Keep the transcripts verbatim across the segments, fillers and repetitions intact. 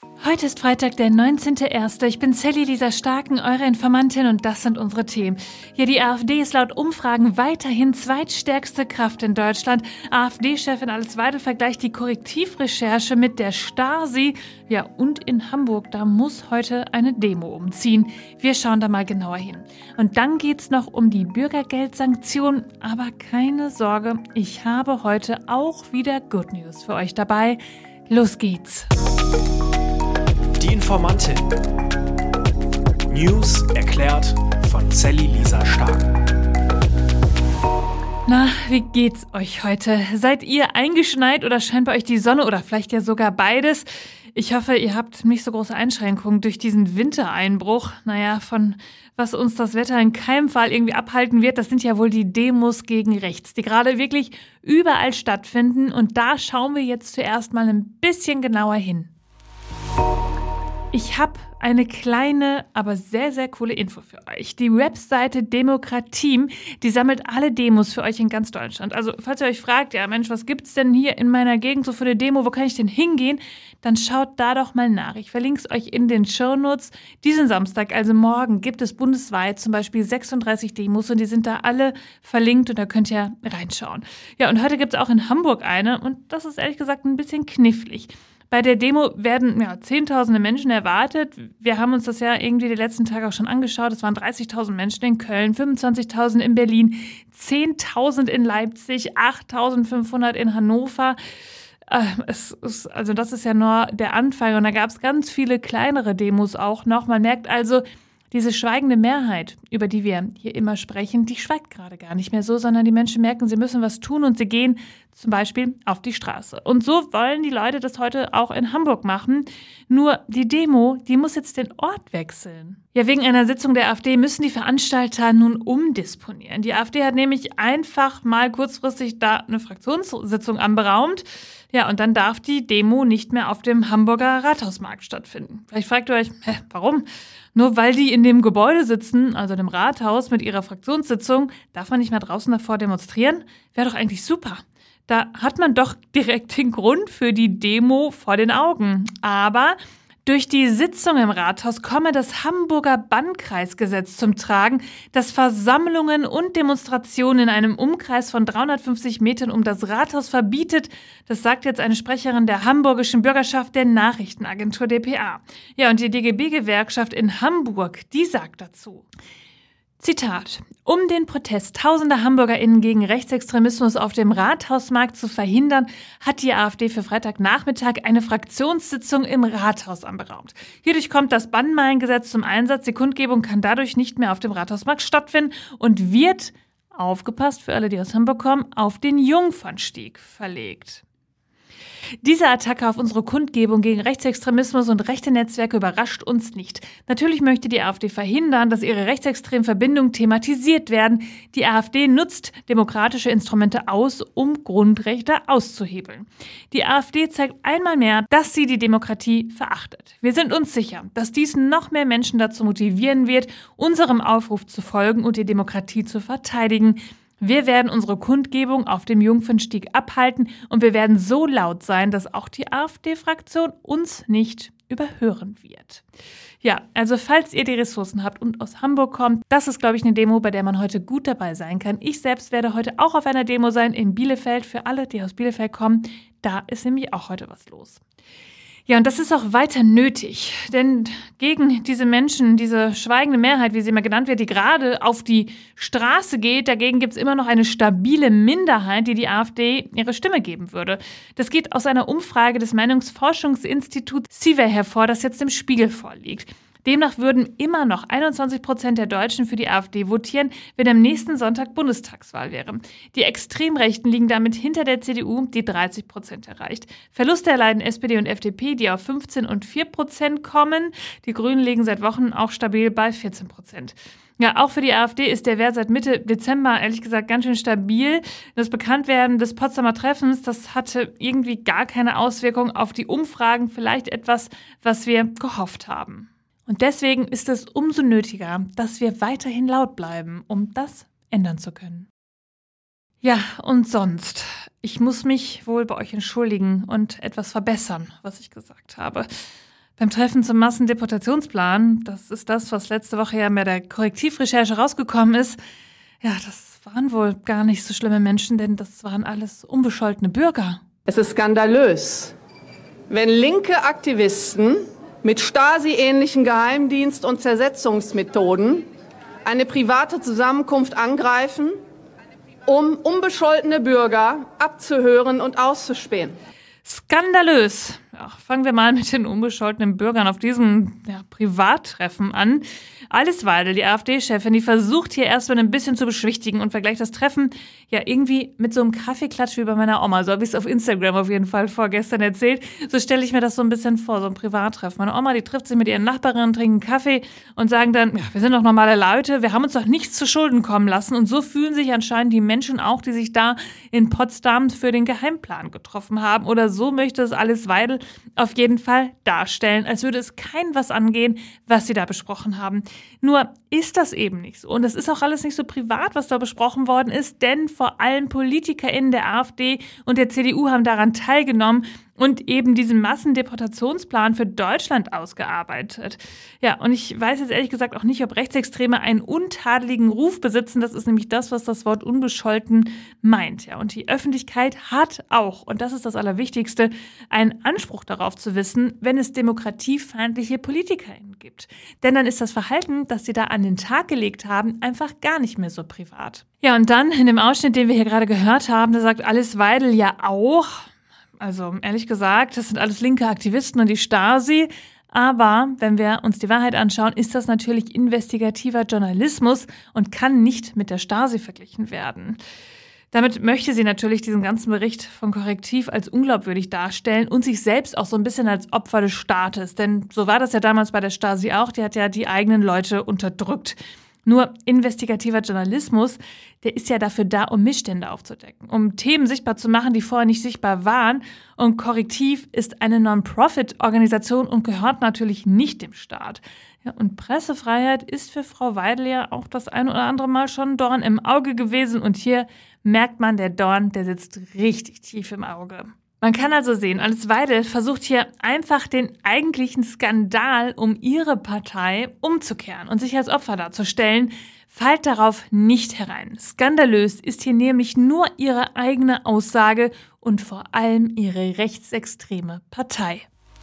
Heute ist Freitag, der neunzehnter erster Ich bin Sally Lisa Starken, eure Informantin, und das sind unsere Themen. Ja, die AfD ist laut Umfragen weiterhin zweitstärkste Kraft in Deutschland. AfD-Chefin Alice Weidel vergleicht die Korrektivrecherche mit der Stasi. Ja, und in Hamburg, da muss heute eine Demo umziehen. Wir schauen da mal genauer hin. Und dann geht's noch um die Bürgergeldsanktionen. Aber keine Sorge, ich habe heute auch wieder Good News für euch dabei. Los geht's. Die Informantin. News erklärt von Sally Lisa Starken. Na, wie geht's euch heute? Seid ihr eingeschneit oder scheint bei euch die Sonne oder vielleicht ja sogar beides? Ich hoffe, ihr habt nicht so große Einschränkungen durch diesen Wintereinbruch. Naja, von was uns das Wetter in keinem Fall irgendwie abhalten wird, das sind ja wohl die Demos gegen rechts, die gerade wirklich überall stattfinden. Und da schauen wir jetzt zuerst mal ein bisschen genauer hin. Ich habe eine kleine, aber sehr, sehr coole Info für euch. Die Webseite Demokratiem, die sammelt alle Demos für euch in ganz Deutschland. Also falls ihr euch fragt, ja Mensch, was gibt's denn hier in meiner Gegend so für eine Demo, wo kann ich denn hingehen? Dann schaut da doch mal nach. Ich verlinke es euch in den Shownotes. Diesen Samstag, also morgen, gibt es bundesweit zum Beispiel sechsunddreißig Demos und die sind da alle verlinkt und da könnt ihr reinschauen. Ja, und heute gibt es auch in Hamburg eine und das ist ehrlich gesagt ein bisschen knifflig. Bei der Demo werden ja, Zehntausende Menschen erwartet. Wir haben uns das ja irgendwie die letzten Tage auch schon angeschaut. Es waren dreißigtausend Menschen in Köln, fünfundzwanzigtausend in Berlin, zehntausend in Leipzig, achttausendfünfhundert in Hannover. Äh, es ist, also das ist ja nur der Anfang. Und da gab es ganz viele kleinere Demos auch noch. Man merkt also, diese schweigende Mehrheit, über die wir hier immer sprechen, die schweigt gerade gar nicht mehr so, sondern die Menschen merken, sie müssen was tun und sie gehen zum Beispiel auf die Straße. Und so wollen die Leute das heute auch in Hamburg machen. Nur die Demo, die muss jetzt den Ort wechseln. Ja, wegen einer Sitzung der AfD müssen die Veranstalter nun umdisponieren. Die AfD hat nämlich einfach mal kurzfristig da eine Fraktionssitzung anberaumt. Ja, und dann darf die Demo nicht mehr auf dem Hamburger Rathausmarkt stattfinden. Vielleicht fragt ihr euch, hä, warum? Nur weil die in dem Gebäude sitzen, also dem Rathaus mit ihrer Fraktionssitzung, darf man nicht mehr draußen davor demonstrieren? Wäre doch eigentlich super. Da hat man doch direkt den Grund für die Demo vor den Augen. Aber durch die Sitzung im Rathaus komme das Hamburger Bannkreisgesetz zum Tragen, das Versammlungen und Demonstrationen in einem Umkreis von dreihundertfünfzig Metern um das Rathaus verbietet. Das sagt jetzt eine Sprecherin der hamburgischen Bürgerschaft der Nachrichtenagentur D P A. Ja, und die D G B-Gewerkschaft in Hamburg, die sagt dazu: Zitat: Um den Protest tausender HamburgerInnen gegen Rechtsextremismus auf dem Rathausmarkt zu verhindern, hat die AfD für Freitagnachmittag eine Fraktionssitzung im Rathaus anberaumt. Hierdurch kommt das Bannmeilengesetz zum Einsatz. Die Kundgebung kann dadurch nicht mehr auf dem Rathausmarkt stattfinden und wird, aufgepasst für alle, die aus Hamburg kommen, auf den Jungfernstieg verlegt. Diese Attacke auf unsere Kundgebung gegen Rechtsextremismus und rechte Netzwerke überrascht uns nicht. Natürlich möchte die AfD verhindern, dass ihre rechtsextremen Verbindungen thematisiert werden. Die AfD nutzt demokratische Instrumente aus, um Grundrechte auszuhebeln. Die AfD zeigt einmal mehr, dass sie die Demokratie verachtet. Wir sind uns sicher, dass dies noch mehr Menschen dazu motivieren wird, unserem Aufruf zu folgen und die Demokratie zu verteidigen. Wir werden unsere Kundgebung auf dem Jungfernstieg abhalten und wir werden so laut sein, dass auch die AfD-Fraktion uns nicht überhören wird. Ja, also falls ihr die Ressourcen habt und aus Hamburg kommt, das ist, glaube ich, eine Demo, bei der man heute gut dabei sein kann. Ich selbst werde heute auch auf einer Demo sein in Bielefeld. Für alle, die aus Bielefeld kommen, da ist nämlich auch heute was los. Ja, und das ist auch weiter nötig, denn gegen diese Menschen, diese schweigende Mehrheit, wie sie immer genannt wird, die gerade auf die Straße geht, dagegen gibt es immer noch eine stabile Minderheit, die die AfD ihre Stimme geben würde. Das geht aus einer Umfrage des Meinungsforschungsinstituts C I V E hervor, das jetzt im Spiegel vorliegt. Demnach würden immer noch einundzwanzig Prozent der Deutschen für die AfD votieren, wenn am nächsten Sonntag Bundestagswahl wäre. Die Extremrechten liegen damit hinter der C D U, die dreißig Prozent erreicht. Verluste erleiden S P D und F D P, die auf fünfzehn und vier Prozent kommen. Die Grünen liegen seit Wochen auch stabil bei vierzehn Prozent. Ja, auch für die AfD ist der Wert seit Mitte Dezember, ehrlich gesagt, ganz schön stabil. Das Bekanntwerden des Potsdamer Treffens, das hatte irgendwie gar keine Auswirkung auf die Umfragen, vielleicht etwas, was wir gehofft haben. Und deswegen ist es umso nötiger, dass wir weiterhin laut bleiben, um das ändern zu können. Ja, und sonst, ich muss mich wohl bei euch entschuldigen und etwas verbessern, was ich gesagt habe. Beim Treffen zum Massendeportationsplan, das ist das, was letzte Woche ja mit der Korrektivrecherche rausgekommen ist, ja, das waren wohl gar nicht so schlimme Menschen, denn das waren alles unbescholtene Bürger. Es ist skandalös, wenn linke Aktivisten mit Stasi-ähnlichen Geheimdienst- und Zersetzungsmethoden eine private Zusammenkunft angreifen, um unbescholtene Bürger abzuhören und auszuspähen. Skandalös. Ja, fangen wir mal mit den unbescholtenen Bürgern auf diesem ja, Privattreffen an. Alice Weidel, die AfD-Chefin, die versucht hier erstmal ein bisschen zu beschwichtigen und vergleicht das Treffen ja irgendwie mit so einem Kaffeeklatsch wie bei meiner Oma. So habe ich es auf Instagram auf jeden Fall vorgestern erzählt. So stelle ich mir das so ein bisschen vor, so ein Privattreffen. Meine Oma, die trifft sich mit ihren Nachbarinnen, trinken Kaffee und sagen dann, ja, wir sind doch normale Leute, wir haben uns doch nichts zu Schulden kommen lassen. Und so fühlen sich anscheinend die Menschen auch, die sich da in Potsdam für den Geheimplan getroffen haben. Oder so möchte es Alice Weidel auf jeden Fall darstellen, als würde es kein was angehen, was sie da besprochen haben. Nur ist das eben nicht so. Und es ist auch alles nicht so privat, was da besprochen worden ist, denn vor allem PolitikerInnen der AfD und der C D U haben daran teilgenommen und eben diesen Massendeportationsplan für Deutschland ausgearbeitet. Ja, und ich weiß jetzt ehrlich gesagt auch nicht, ob Rechtsextreme einen untadeligen Ruf besitzen. Das ist nämlich das, was das Wort unbescholten meint. Ja, und die Öffentlichkeit hat auch, und das ist das Allerwichtigste, einen Anspruch darauf zu wissen, wenn es demokratiefeindliche PolitikerInnen gibt. Denn dann ist das Verhalten, das sie da an den Tag gelegt haben, einfach gar nicht mehr so privat. Ja, und dann in dem Ausschnitt, den wir hier gerade gehört haben, da sagt Alice Weidel ja auch, also ehrlich gesagt, das sind alles linke Aktivisten und die Stasi. Aber wenn wir uns die Wahrheit anschauen, ist das natürlich investigativer Journalismus und kann nicht mit der Stasi verglichen werden. Damit möchte sie natürlich diesen ganzen Bericht von Korrektiv als unglaubwürdig darstellen und sich selbst auch so ein bisschen als Opfer des Staates. Denn so war das ja damals bei der Stasi auch, die hat ja die eigenen Leute unterdrückt. Nur investigativer Journalismus, der ist ja dafür da, um Missstände aufzudecken, um Themen sichtbar zu machen, die vorher nicht sichtbar waren. Und Korrektiv ist eine Non-Profit-Organisation und gehört natürlich nicht dem Staat. Ja, und Pressefreiheit ist für Frau Weidel ja auch das ein oder andere Mal schon ein Dorn im Auge gewesen. Und hier merkt man, der Dorn, der sitzt richtig tief im Auge. Man kann also sehen, Alice Weidel versucht hier einfach den eigentlichen Skandal um ihre Partei umzukehren und sich als Opfer darzustellen. Fallt darauf nicht herein. Skandalös ist hier nämlich nur ihre eigene Aussage und vor allem ihre rechtsextreme Partei.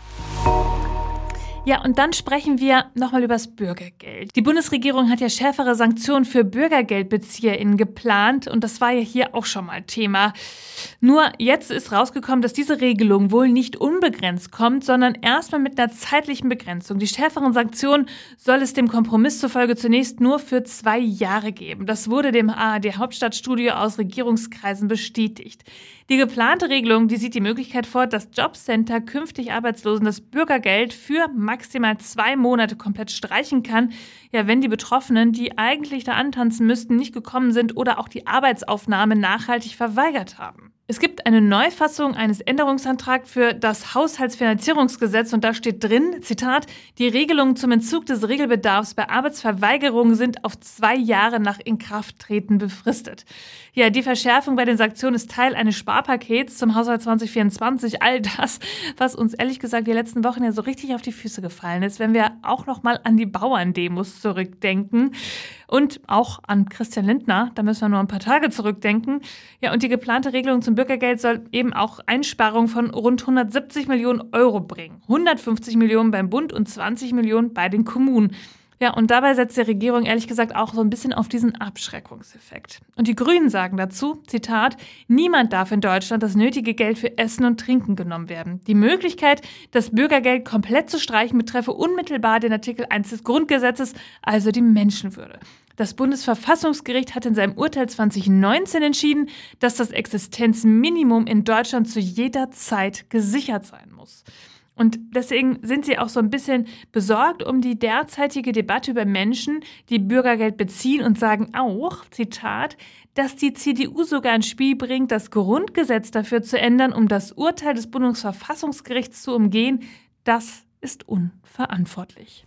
Ja, und dann sprechen wir nochmal über das Bürgergeld. Die Bundesregierung hat ja schärfere Sanktionen für BürgergeldbezieherInnen geplant und das war ja hier auch schon mal Thema. Nur jetzt ist rausgekommen, dass diese Regelung wohl nicht unbegrenzt kommt, sondern erstmal mit einer zeitlichen Begrenzung. Die schärferen Sanktionen soll es dem Kompromiss zufolge zunächst nur für zwei Jahre geben. Das wurde dem A R D-Hauptstadtstudio aus Regierungskreisen bestätigt. Die geplante Regelung, die sieht die Möglichkeit vor, dass Jobcenter künftig Arbeitslosen das Bürgergeld für maximal zwei Monate komplett streichen kann, ja, wenn die Betroffenen, die eigentlich da antanzen müssten, nicht gekommen sind oder auch die Arbeitsaufnahme nachhaltig verweigert haben. Es gibt eine Neufassung eines Änderungsantrags für das Haushaltsfinanzierungsgesetz und da steht drin, Zitat, die Regelungen zum Entzug des Regelbedarfs bei Arbeitsverweigerungen sind auf zwei Jahre nach Inkrafttreten befristet. Ja, die Verschärfung bei den Sanktionen ist Teil eines Sparpakets zum Haushalt zwanzig vierundzwanzig. All das, was uns ehrlich gesagt die letzten Wochen ja so richtig auf die Füße gefallen ist, wenn wir auch noch mal an die Bauerndemos zurückdenken und auch an Christian Lindner, da müssen wir nur ein paar Tage zurückdenken. Ja, und die geplante Regelung zum Bürgergeld soll eben auch Einsparungen von rund hundertsiebzig Millionen Euro bringen. hundertfünfzig Millionen beim Bund und zwanzig Millionen bei den Kommunen. Ja, und dabei setzt die Regierung ehrlich gesagt auch so ein bisschen auf diesen Abschreckungseffekt. Und die Grünen sagen dazu, Zitat, niemand darf in Deutschland das nötige Geld für Essen und Trinken genommen werden. Die Möglichkeit, das Bürgergeld komplett zu streichen, betreffe unmittelbar den Artikel eins des Grundgesetzes, also die Menschenwürde. Das Bundesverfassungsgericht hat in seinem Urteil zwanzig neunzehn entschieden, dass das Existenzminimum in Deutschland zu jeder Zeit gesichert sein muss. Und deswegen sind sie auch so ein bisschen besorgt um die derzeitige Debatte über Menschen, die Bürgergeld beziehen und sagen auch, Zitat, dass die C D U sogar ins Spiel bringt, das Grundgesetz dafür zu ändern, um das Urteil des Bundesverfassungsgerichts zu umgehen. Das ist unverantwortlich.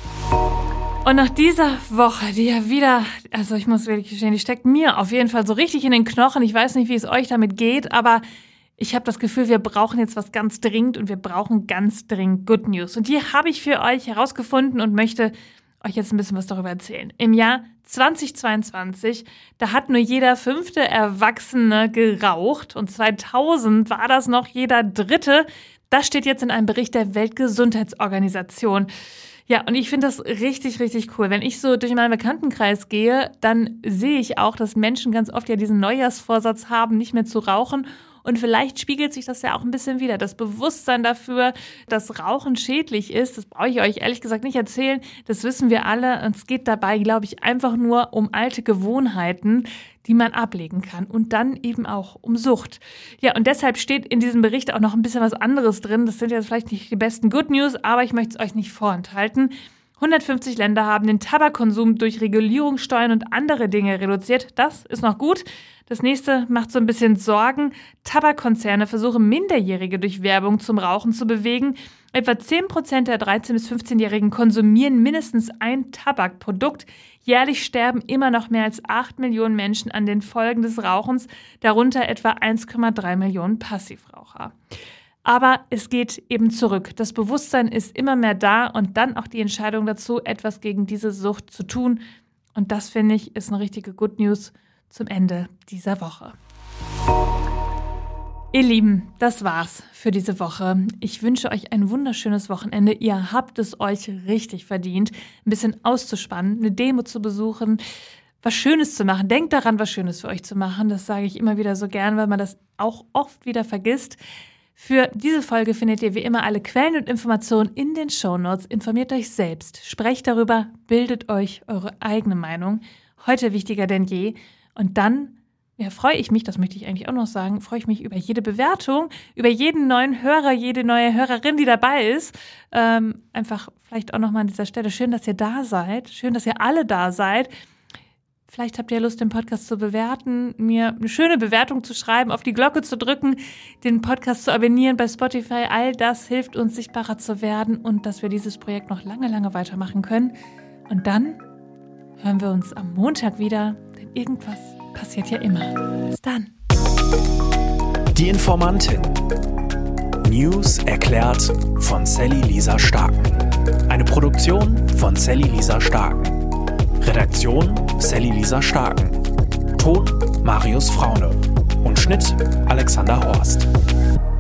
Und nach dieser Woche, die ja wieder, also ich muss wirklich gestehen, die steckt mir auf jeden Fall so richtig in den Knochen. Ich weiß nicht, wie es euch damit geht, aber Ich habe das Gefühl, wir brauchen jetzt was ganz dringend und wir brauchen ganz dringend Good News. Und die habe ich für euch herausgefunden und möchte euch jetzt ein bisschen was darüber erzählen. Im Jahr zweitausendzweiundzwanzig, da hat nur jeder fünfte Erwachsene geraucht und zweitausend war das noch jeder dritte. Das steht jetzt in einem Bericht der Weltgesundheitsorganisation. Ja, und ich finde das richtig, richtig cool. Wenn ich so durch meinen Bekanntenkreis gehe, dann sehe ich auch, dass Menschen ganz oft ja diesen Neujahrsvorsatz haben, nicht mehr zu rauchen. Und vielleicht spiegelt sich das ja auch ein bisschen wider. Das Bewusstsein dafür, dass Rauchen schädlich ist, das brauche ich euch ehrlich gesagt nicht erzählen. Das wissen wir alle. Und es geht dabei, glaube ich, einfach nur um alte Gewohnheiten, die man ablegen kann. Und dann eben auch um Sucht. Ja, und deshalb steht in diesem Bericht auch noch ein bisschen was anderes drin. Das sind jetzt vielleicht nicht die besten Good News, aber ich möchte es euch nicht vorenthalten. hundertfünfzig Länder haben den Tabakkonsum durch Regulierungssteuern und andere Dinge reduziert. Das ist noch gut. Das nächste macht so ein bisschen Sorgen. Tabakkonzerne versuchen, Minderjährige durch Werbung zum Rauchen zu bewegen. Etwa zehn Prozent der dreizehn- bis fünfzehnjährigen konsumieren mindestens ein Tabakprodukt. Jährlich sterben immer noch mehr als acht Millionen Menschen an den Folgen des Rauchens, darunter etwa eins Komma drei Millionen Passivraucher. Aber es geht eben zurück. Das Bewusstsein ist immer mehr da und dann auch die Entscheidung dazu, etwas gegen diese Sucht zu tun. Und das, finde ich, ist eine richtige Good News zum Ende dieser Woche. Ihr Lieben, das war's für diese Woche. Ich wünsche euch ein wunderschönes Wochenende. Ihr habt es euch richtig verdient, ein bisschen auszuspannen, eine Demo zu besuchen, was Schönes zu machen. Denkt daran, was Schönes für euch zu machen. Das sage ich immer wieder so gern, weil man das auch oft wieder vergisst. Für diese Folge findet ihr wie immer alle Quellen und Informationen in den Shownotes. Informiert euch selbst, sprecht darüber, bildet euch eure eigene Meinung. Heute wichtiger denn je. Und dann ja, freue ich mich, das möchte ich eigentlich auch noch sagen, freue ich mich über jede Bewertung, über jeden neuen Hörer, jede neue Hörerin, die dabei ist. Ähm, einfach vielleicht auch nochmal an dieser Stelle, schön, dass ihr da seid, schön, dass ihr alle da seid. Vielleicht habt ihr Lust, den Podcast zu bewerten, mir eine schöne Bewertung zu schreiben, auf die Glocke zu drücken, den Podcast zu abonnieren bei Spotify. All das hilft uns, sichtbarer zu werden und dass wir dieses Projekt noch lange, lange weitermachen können. Und dann hören wir uns am Montag wieder, denn irgendwas passiert ja immer. Bis dann. Die Informantin. News erklärt von Sally Lisa Starken. Eine Produktion von Sally Lisa Starken. Redaktion Sally Lisa Starken. Ton Marius Fraune. Und Schnitt Alexander Horst.